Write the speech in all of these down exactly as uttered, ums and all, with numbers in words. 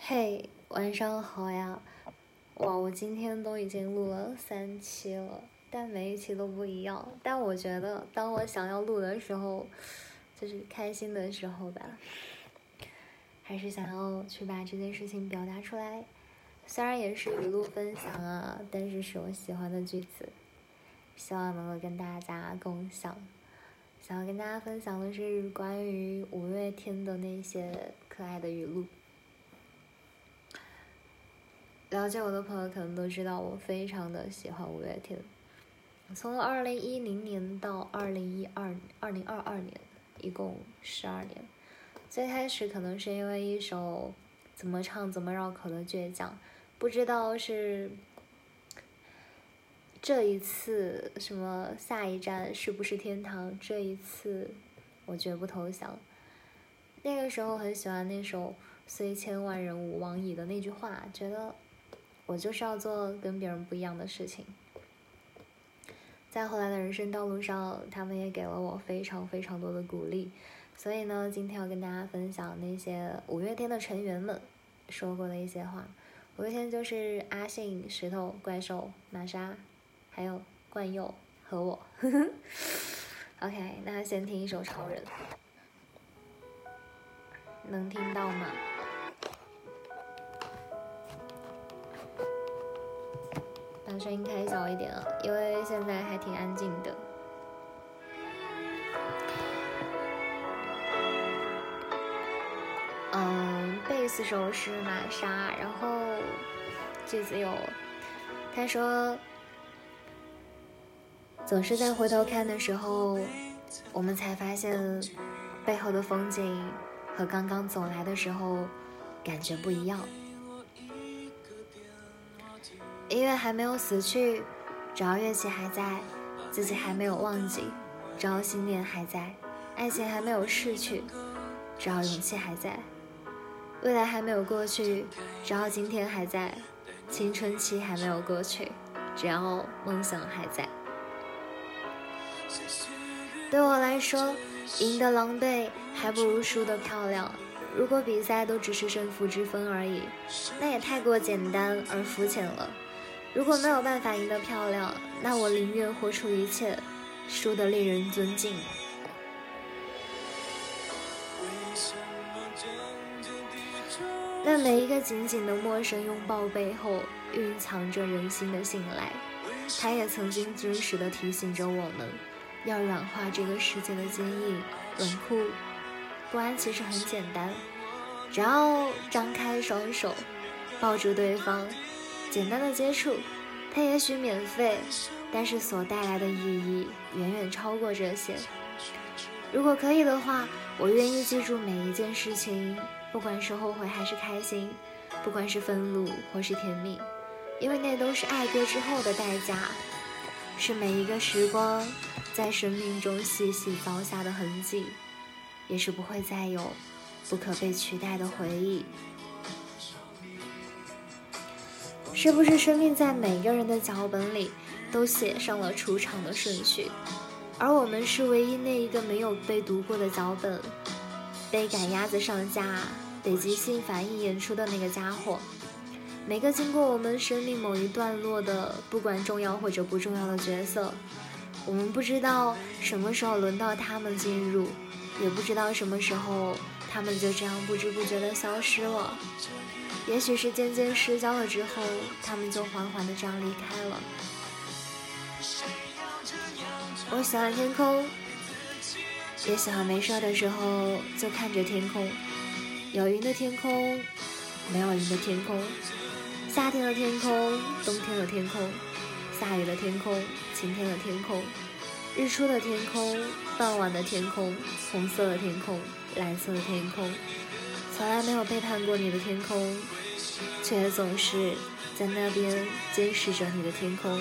嘿，晚上好呀！哇，我今天都已经录了三期了，但每一期都不一样。但我觉得，当我想要录的时候，就是开心的时候吧，还是想要去把这件事情表达出来。虽然也是语录分享啊，但是是我喜欢的句子，希望能够跟大家共享。想要跟大家分享的是关于五月天的那些可爱的语录。了解我的朋友可能都知道，我非常的喜欢五月天。从二零一零年到二零一二二零二二年，一共十二年。最开始可能是因为一首怎么唱怎么绕口的倔强，不知道是这一次什么下一站是不是天堂，这一次我绝不投降。那个时候很喜欢那首虽千万人吾往矣的那句话，觉得我就是要做跟别人不一样的事情。在后来的人生道路上，他们也给了我非常非常多的鼓励。所以呢，今天要跟大家分享那些五月天的成员们说过的一些话。五月天就是阿信、石头、怪兽、玛莎，还有冠佑和我。OK， 那先听一首《超人》，能听到吗？把声音开小一点啊，因为现在还挺安静的。嗯，贝斯手是玛莎，然后句子有，他说，总是在回头看的时候，我们才发现背后的风景和刚刚走来的时候感觉不一样。音乐还没有死去，只要乐器还在，自己还没有忘记，只要信念还在，爱情还没有逝去，只要勇气还在，未来还没有过去，只要今天还在，青春期还没有过去，只要梦想还在。对我来说，赢得狼狈还不如输得漂亮。如果比赛都只是胜负之分而已，那也太过简单而肤浅了。如果没有办法赢得漂亮，那我宁愿活出一切，输得令人尊敬。那每一个紧紧的陌生拥抱背后，蕴藏着人心的信赖。它也曾经真实地提醒着我们，要软化这个世界的坚硬冷酷。不安其实很简单，只要张开双手，抱住对方，简单的接触，它也许免费，但是所带来的意义远远超过这些。如果可以的话，我愿意记住每一件事情，不管是后悔还是开心，不管是愤怒或是甜蜜，因为那都是爱过之后的代价，是每一个时光在生命中细细凿下的痕迹，也是不会再有不可被取代的回忆。是不是生命在每个人的脚本里都写上了出场的顺序，而我们是唯一那一个没有被读过的脚本，被赶鸭子上架，被即兴反应演出的那个家伙。每个经过我们生命某一段落的，不管重要或者不重要的角色，我们不知道什么时候轮到他们进入，也不知道什么时候他们就这样不知不觉地消失了。也许是渐渐失焦了之后，他们就缓缓地这样离开了。我喜欢天空，也喜欢没事的时候就看着天空，有云的天空，没有云的天空，夏天的天空，冬天的天空，下雨的天空，晴天的天空，日出的天空，傍晚的天空，红色的天空，蓝色的天空，从来没有背叛过你的天空，却总是在那边监视着你的天空。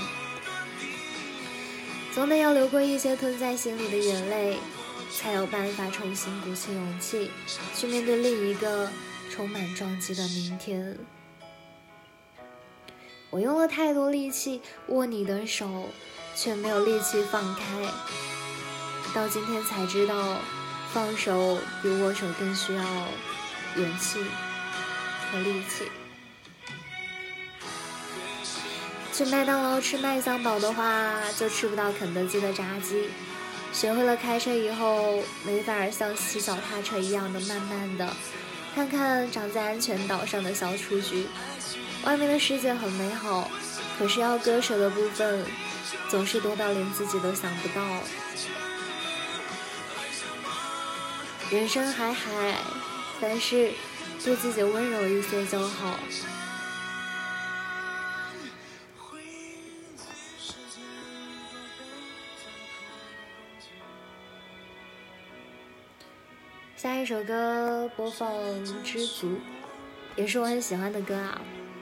总得要流过一些吞在心里的眼泪，才有办法重新鼓起勇气，去面对另一个充满撞击的明天。我用了太多力气握你的手，却没有力气放开。到今天才知道，放手比握手更需要勇气。 和力气。去麦当劳吃麦香堡的话，就吃不到肯德基的炸鸡。学会了开车以后，没法像骑脚踏车一样的慢慢的看看长在安全岛上的小雏菊。外面的世界很美好，可是要割舍的部分总是多到连自己都想不到。人生海海，凡事对自己温柔一些就好。下一首歌播放《知足》，也是我很喜欢的歌啊。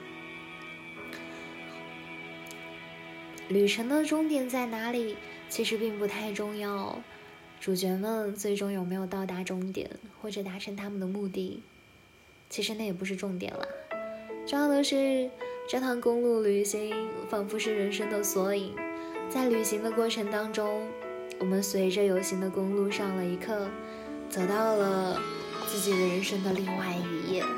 旅程的终点在哪里，其实并不太重要，主角们最终有没有到达终点，或者达成他们的目的，其实那也不是重点了。重要的是，这趟公路旅行仿佛是人生的缩影，在旅行的过程当中，我们随着有形的公路上了一课，走到了自己的人生的另外一页。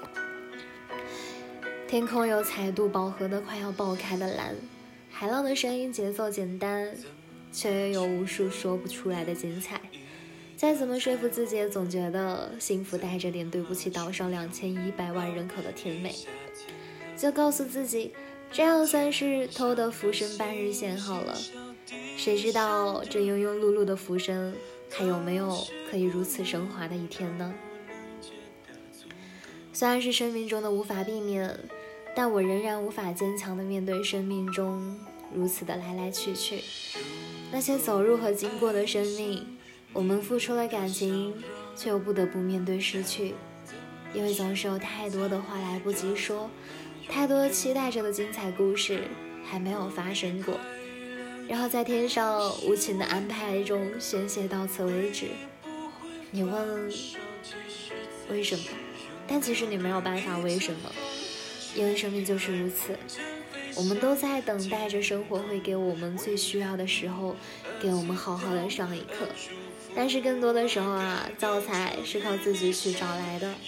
天空有彩度饱和的快要爆开的蓝，海浪的声音节奏简单，却也有无数说不出来的精彩。再怎么说服自己，也总觉得幸福带着点对不起岛上两千一百万人口的甜美，就告诉自己，这样算是偷得浮生半日闲好了。谁知道这庸庸碌碌的浮生还有没有可以如此升华的一天呢？虽然是生命中的无法避免，但我仍然无法坚强地面对生命中如此的来来去去。那些走入和经过的生命，我们付出了感情，却又不得不面对失去，因为总是有太多的话来不及说，太多期待着的精彩故事还没有发生过，然后在天上无情的安排中宣泄到此为止。你问为什么？但其实你没有办法为什么，因为生命就是如此，我们都在等待着生活会给我们最需要的时候给我们好好的上一课，但是更多的时候啊，教材是靠自己去找来的。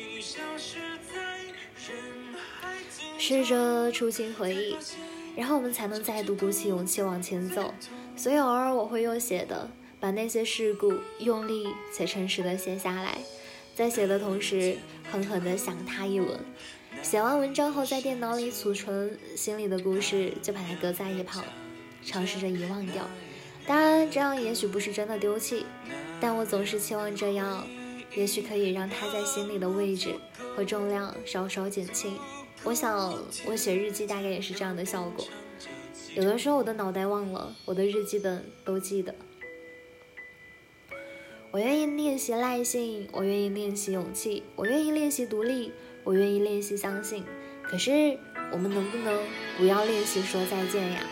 试着触清回忆，然后我们才能再度鼓起勇气往前走。所以偶尔我会用写的把那些事故用力且诚实的写下来，在写的同时狠狠地想它一轮。写完文章后在电脑里储存，心里的故事就把它搁在一旁，尝试着遗忘掉。当然这样也许不是真的丢弃，但我总是期望这样也许可以让它在心里的位置和重量稍稍减轻。我想我写日记大概也是这样的效果，有的时候我的脑袋忘了，我的日记本都记得。我愿意练习耐性，我愿意练习勇气，我愿意练习独立，我愿意练习相信。可是我们能不能不要练习说再见呀？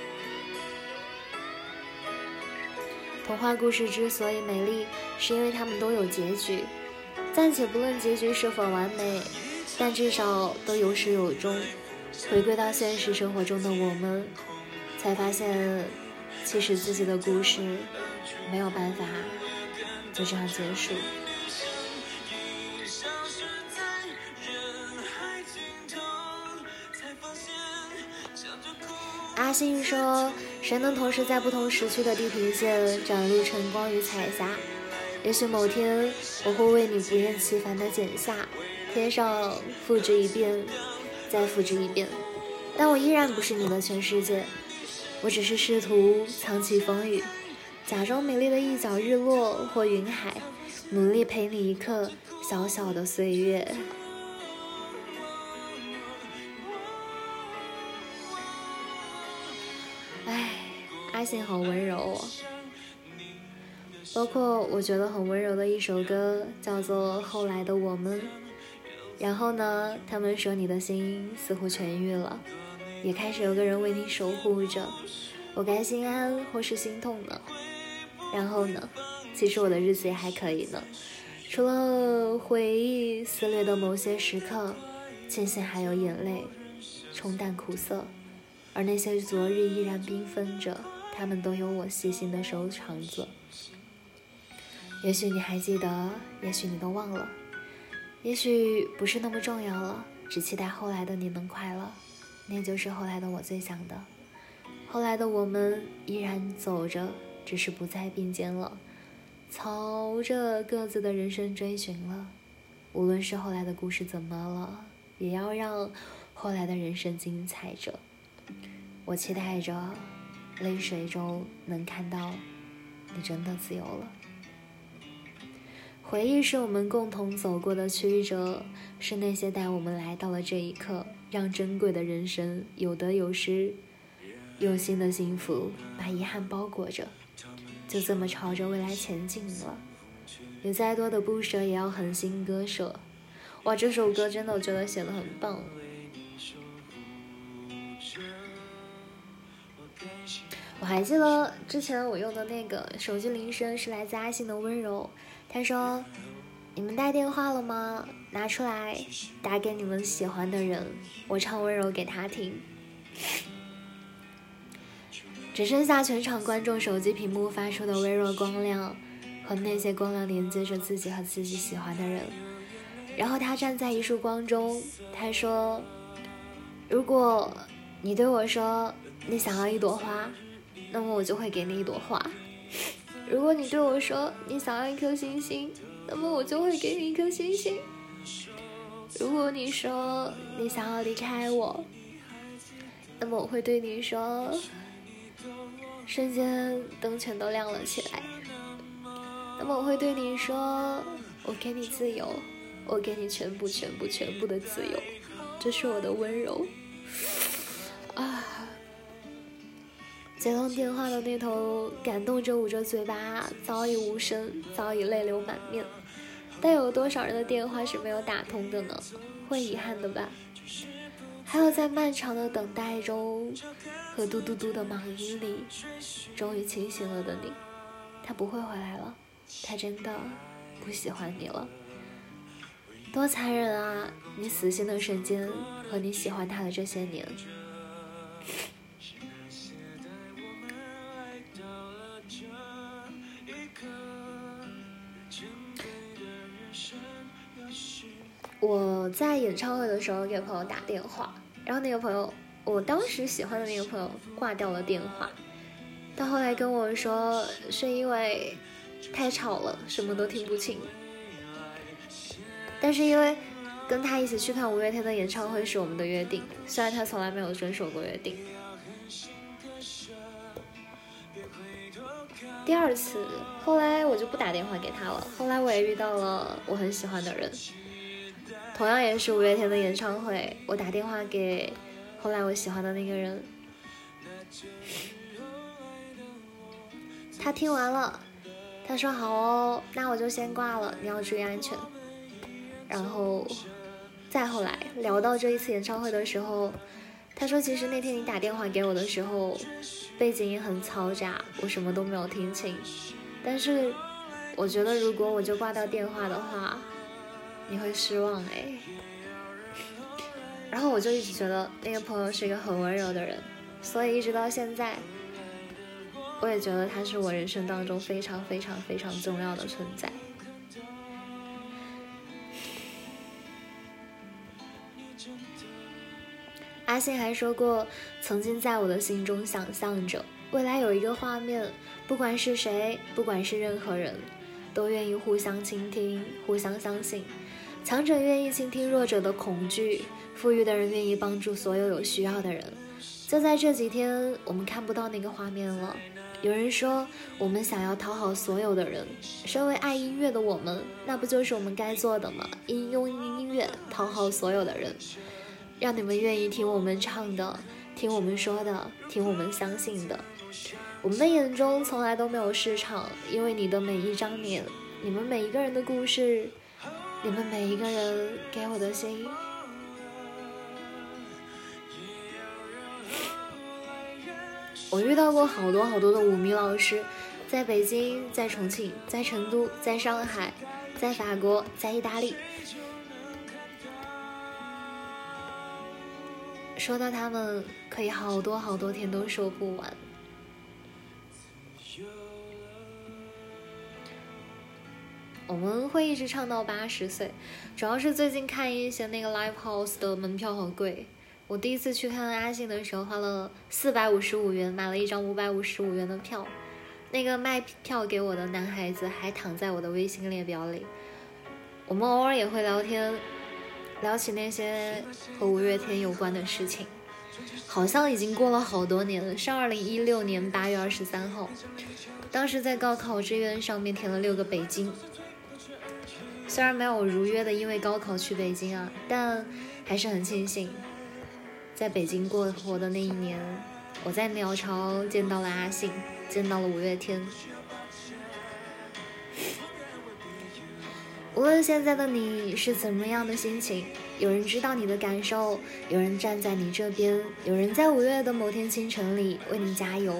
童话故事之所以美丽，是因为它们都有结局。暂且不论结局是否完美，但至少都有始有终。回归到现实生活中的我们，才发现其实自己的故事没有办法就这样结束。阿信说，谁能同时在不同时区的地平线展露晨光与彩霞？也许某天我会为你不厌其烦地剪下，贴上复制一遍再复制一遍，但我依然不是你的全世界。我只是试图藏起风雨，假装美丽的一角日落或云海，努力陪你一刻小小的岁月。唉，阿信好温柔哦。包括我觉得很温柔的一首歌叫做《后来的我们》，然后呢，他们说你的心似乎痊愈了，也开始有个人为你守护着，我该心安或是心痛呢？然后呢，其实我的日子也还可以呢，除了回忆撕裂的某些时刻，渐渐还有眼泪冲淡苦涩，而那些昨日依然缤纷着，他们都有我细心的收藏着。也许你还记得，也许你都忘了， 也许不是那么重要了，只期待后来的你能快乐，那就是后来的我最想的。后来的我们依然走着，只是不再并肩了，朝着各自的人生追寻了。无论是后来的故事怎么了，也要让后来的人生精彩着。我期待着泪水中能看到你真的自由了。回忆是我们共同走过的曲折，是那些带我们来到了这一刻，让珍贵的人生有得有失，用心的幸福把遗憾包裹着，就这么朝着未来前进了。有再多的不舍也要狠心割舍。哇，这首歌真的我觉得写得很棒。我还记得之前我用的那个手机铃声是来自阿信的温柔，他说你们带电话了吗？拿出来打给你们喜欢的人，我唱温柔给他听。只剩下全场观众手机屏幕发出的微弱光亮，和那些光亮连接着自己和自己喜欢的人。然后他站在一束光中，他说如果你对我说你想要一朵花，那么我就会给你一朵花。如果你对我说你想要一颗星星，那么我就会给你一颗星星。如果你说你想要离开我，那么我会对你说，瞬间灯全都亮了起来。那么我会对你说，我给你自由，我给你全部全部全部的自由，这是我的温柔啊！接通电话的那头感动着捂着嘴巴，早已无声，早已泪流满面。但有多少人的电话是没有打通的呢？会遗憾的吧。还有在漫长的等待中和嘟嘟嘟的忙音里，终于清醒了的你，他不会回来了，他真的不喜欢你了。多残忍啊！你死心的瞬间和你喜欢他的这些年。我在演唱会的时候给朋友打电话，然后那个朋友，我当时喜欢的那个朋友挂掉了电话，到后来跟我说是因为太吵了，什么都听不清。但是因为跟他一起去看五月天的演唱会是我们的约定，虽然他从来没有遵守过约定。第二次，后来我就不打电话给他了。后来我也遇到了我很喜欢的人，同样也是五月天的演唱会，我打电话给后来我喜欢的那个人，他听完了，他说好哦，那我就先挂了，你要注意安全。然后再后来聊到这一次演唱会的时候，他说其实那天你打电话给我的时候背景也很嘈杂，我什么都没有听清，但是我觉得如果我就挂掉电话的话你会失望哎。然后我就一直觉得那个朋友是一个很温柔的人，所以一直到现在我也觉得他是我人生当中非常非常非常重要的存在。阿信还说过，曾经在我的心中想象着未来有一个画面，不管是谁，不管是任何人，都愿意互相倾听，互相相信。强者愿意倾听弱者的恐惧，富裕的人愿意帮助所有有需要的人。就在这几天，我们看不到那个画面了。有人说，我们想要讨好所有的人，身为爱音乐的我们，那不就是我们该做的吗？应用音乐讨好所有的人，让你们愿意听我们唱的，听我们说的，听我们相信的。我们的眼中从来都没有市场，因为你的每一张脸，你们每一个人的故事，你们每一个人给我的心。我遇到过好多好多的舞迷老师，在北京，在重庆，在成都，在上海，在法国，在意大利。说到他们，可以好多好多天都说不完。 我们会一直唱到八十岁。主要是最近看一些那个 live house 的门票好贵，我第一次去看阿信的时候花了四百五十五元买了一张五百五十五元的票，那个卖票给我的男孩子还躺在我的微信列表里。我们偶尔也会聊天，聊起那些和五月天有关的事情。好像已经过了好多年了，是二零一六年八月二十三号，当时在高考志愿上面填了六个北京。虽然没有如约的因为高考去北京啊，但还是很庆幸在北京过活的那一年，我在鸟巢见到了阿信，见到了五月天。无论现在的你是怎么样的心情，有人知道你的感受，有人站在你这边，有人在五月的某天清晨里为你加油。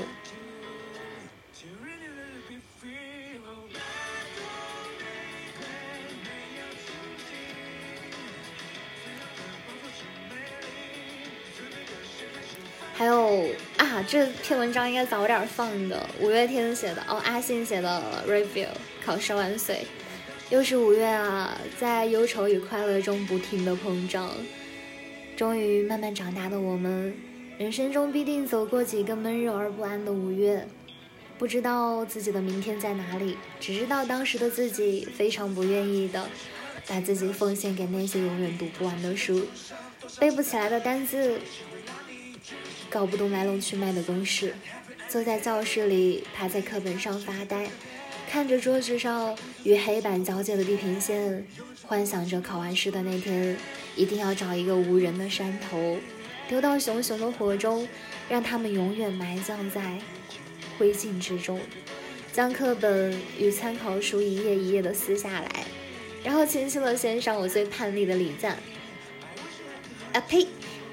还有啊，这篇文章应该早点放的，五月天写的哦，阿信写的 review， 考试万岁。又是五月啊，在忧愁与快乐中不停的膨胀。终于慢慢长大的我们，人生中必定走过几个闷热而不安的五月，不知道自己的明天在哪里，只知道当时的自己非常不愿意的把自己奉献给那些永远读不完的书，背不起来的单字，搞不懂来龙去脉的公式，坐在教室里趴在课本上发呆，看着桌子上与黑板交界的地平线，幻想着考完试的那天一定要找一个无人的山头，丢到熊熊的火中，让他们永远埋葬在灰烬之中，将课本与参考书一页一页的撕下来，然后轻轻地献上我最叛逆的礼赞。啊呸！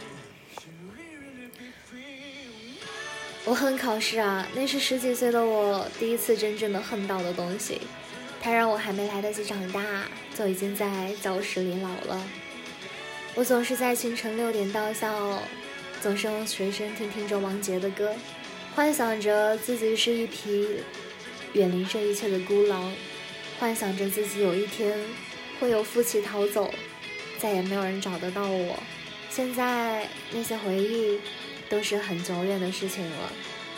我恨考试啊，那是十几岁的我第一次真正的恨到的东西，它让我还没来得及长大，就已经在教室里老了。我总是在清晨六点到校，总是用随身听听着王杰的歌，幻想着自己是一匹远离这一切的孤狼，幻想着自己有一天会有负气逃走，再也没有人找得到我。现在那些回忆都是很久远的事情了。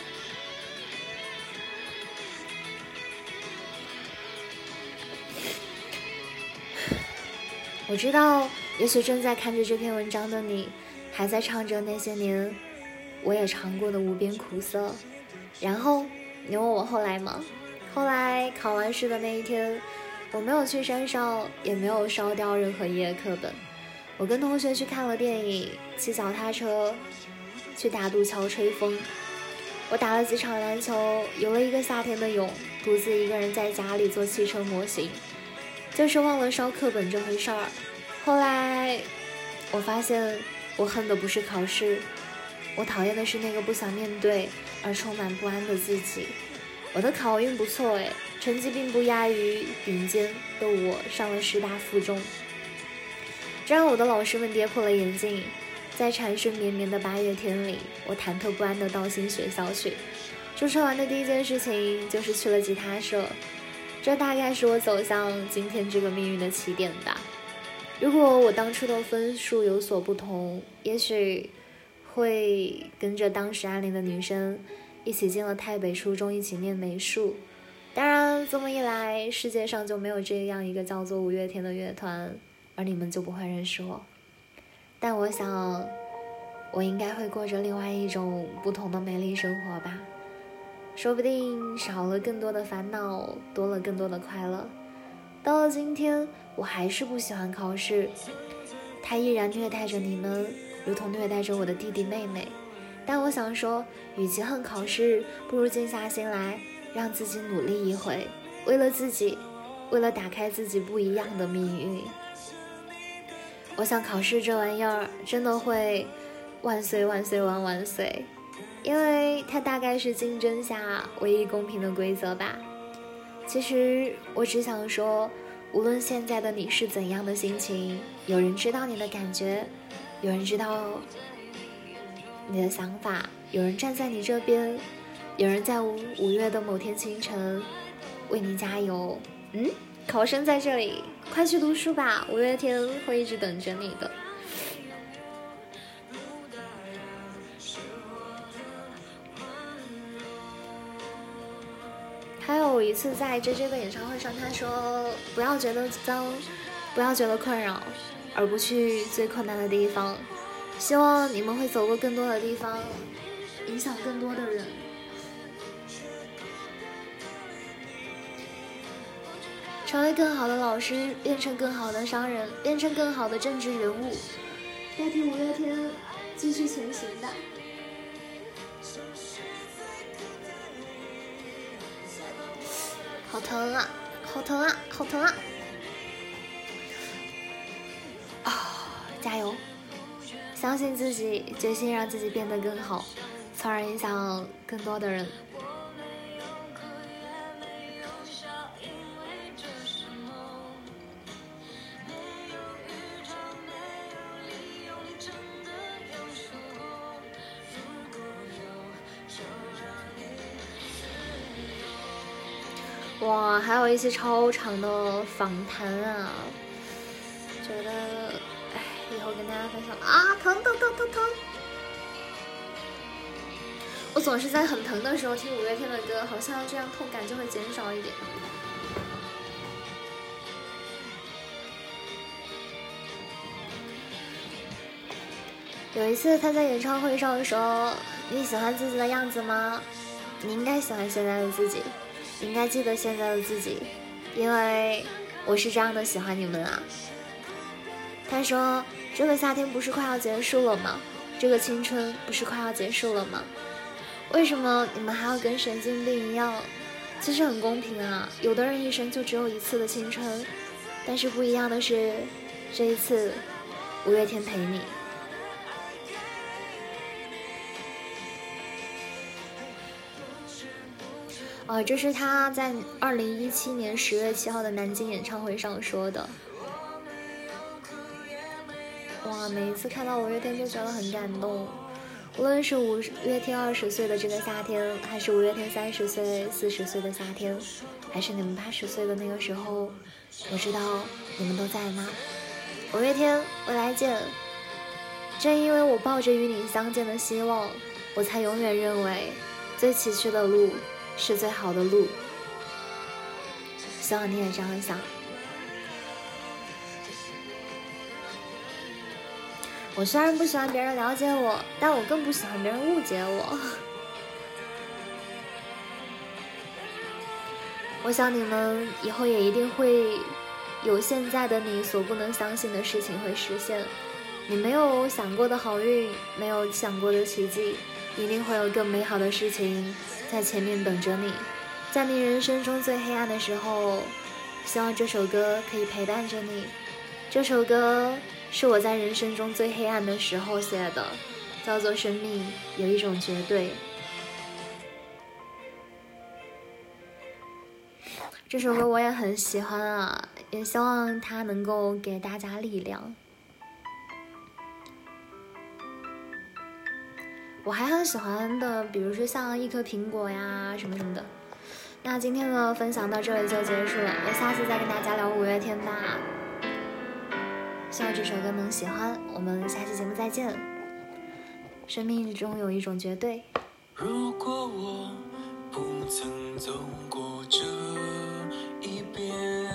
我知道，也许正在看着这篇文章的你，还在唱着那些年我也尝过的无边苦涩。然后你问我后来吗？后来考完试的那一天，我没有去山上，也没有烧掉任何一页课本。我跟同学去看了电影，骑脚踏车去大渡桥吹风，我打了几场篮球，游了一个夏天的泳，独自一个人在家里做汽车模型，就是忘了烧课本这回事儿。后来我发现，我恨的不是考试，我讨厌的是那个不想面对而充满不安的自己。我的考运不错诶，成绩并不亚于顶尖的我上了师大附中，这让我的老师们跌破了眼镜。在蝉声绵绵的八月天里，我忐忑不安地到新学校去。注册完的第一件事情就是去了吉他社，这大概是我走向今天这个命运的起点吧。如果我当初的分数有所不同，也许会跟着当时暗恋的女生一起进了台北初中，一起念美术。当然这么一来，世界上就没有这样一个叫做五月天的乐团，而你们就不会认识我。但我想我应该会过着另外一种不同的美丽生活吧，说不定少了更多的烦恼，多了更多的快乐。到了今天，我还是不喜欢考试，它依然虐待着你们，如同虐待着我的弟弟妹妹。但我想说，与其恨考试，不如静下心来，让自己努力一回，为了自己，为了打开自己不一样的命运。我想考试这玩意儿真的会万岁万岁万万岁，因为它大概是竞争下唯一公平的规则吧。其实我只想说，无论现在的你是怎样的心情，有人知道你的感觉，有人知道你的想法，有人站在你这边，有人在五五月的某天清晨为你加油。嗯， 考生在这里，快去读书吧，五月天会一直等着你的。还有一次在 J J 的演唱会上，他说不要觉得脏，不要觉得困扰，而不去最困难的地方。希望你们会走过更多的地方，影响更多的人。成为更好的老师，变成更好的商人，变成更好的政治人物，代替五月天继续前行的。好疼啊，好疼啊，好疼啊！啊、哦，加油！相信自己，决心让自己变得更好，从而影响更多的人。哇，还有一些超长的访谈啊，觉得哎，以后跟大家分享啊，疼疼疼疼疼！我总是在很疼的时候听五月天的歌，好像这样痛感就会减少一点。有一次他在演唱会上说：“你喜欢自己的样子吗？你应该喜欢现在的自己。”应该记得现在的自己，因为我是这样的喜欢你们啊。他说这个夏天不是快要结束了吗？这个青春不是快要结束了吗？为什么你们还要跟神经病一样？其实很公平啊，有的人一生就只有一次的青春，但是不一样的是，这一次五月天陪你。啊、呃，这是他在二零一七年十月七号的南京演唱会上说的。哇，每一次看到五月天就觉得很感动，无论是五月天二十岁的这个夏天，还是五月天三十岁、四十岁的夏天，还是你们八十岁的那个时候，我知道你们都在吗？五月天，未来见。正因为我抱着与你相见的希望，我才永远认为最崎岖的路是最好的路，希望你也这样想。我虽然不喜欢别人了解我，但我更不喜欢别人误解我。我想你们以后也一定会有现在的你所不能相信的事情会实现，你没有想过的好运，没有想过的奇迹，一定会有更美好的事情在前面等着你。在你人生中最黑暗的时候，希望这首歌可以陪伴着你。这首歌是我在人生中最黑暗的时候写的，叫做《生命有一种绝对》。这首歌我也很喜欢啊，也希望它能够给大家力量。我还很喜欢的，比如说像一颗苹果呀什么什么的。那今天的分享到这里就结束了，我下次再跟大家聊五月天吧。希望这首歌能喜欢，我们下期节目再见。生命中有一种绝对。 如果我不曾走过这一遍，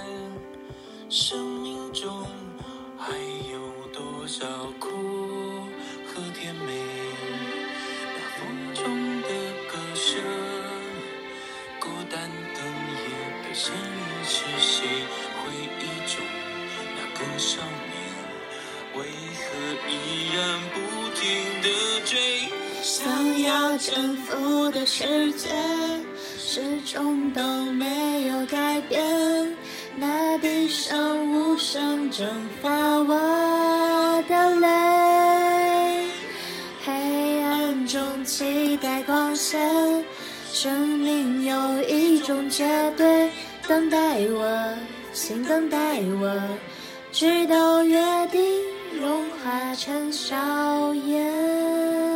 生命中还有多少苦和甜美？那风中的歌声，孤单的夜的声音是谁？回忆中那个少年，为何依然不停地追？想要征服的世界，始终都没有改变。那地上无声蒸发我的泪，黑暗中期待光线。生命有一种绝对，等待我，请等待我，直到约定融化成硝烟。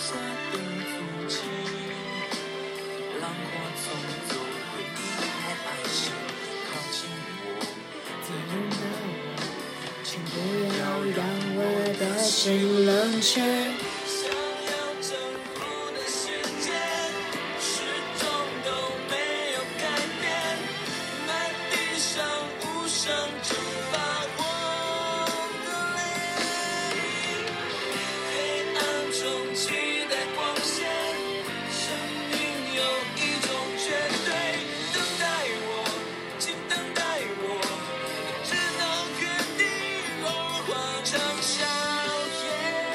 下的足迹，浪花冲走回忆和爱情，靠近我，最温的我，请不要让我的心冷却。想要征服的世界，始终都没有改变，满地上无声蒸发我的泪，黑暗中期待光线，生命有一种绝对，等待我，请等待我，直到原地融化成笑颜。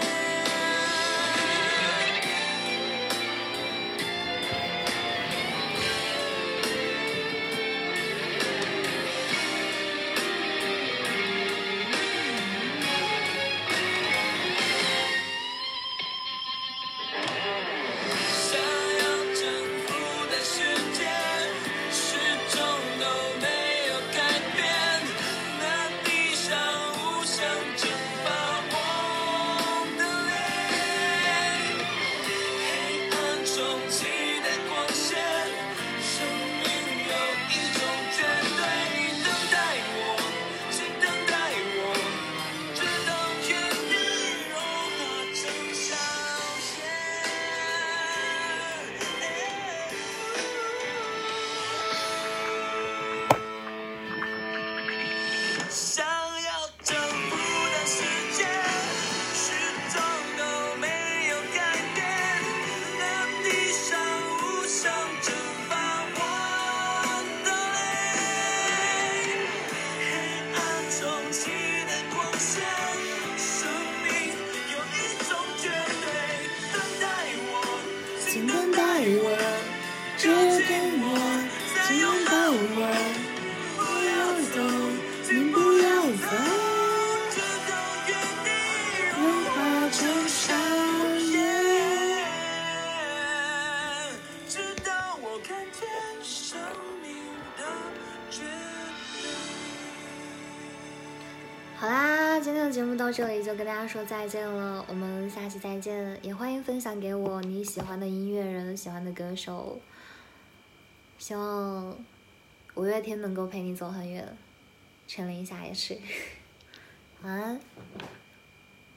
想要征服的世界，始终都没有改变，那地上无声蒸发我的泪，黑暗中期待光线，生命有一种绝对，等待我，请等待我，直到原地融化成笑颜。想要征服的世界，始终都没有改变，那地上无声蒸发我的泪，黑暗中期待光线，生命有一种绝对，等待我，请等待我，就给我，再拥抱我，不要走，请不要走，直到原地融化成笑颜，直到我看见生命的绝对。 好啦，今天的节目到这里就跟大家说再见了，我们下期再见。也欢迎分享给我你喜欢的音乐人、喜欢的歌手。希望五月天能够陪你走很远，陈琳霞也是。晚安。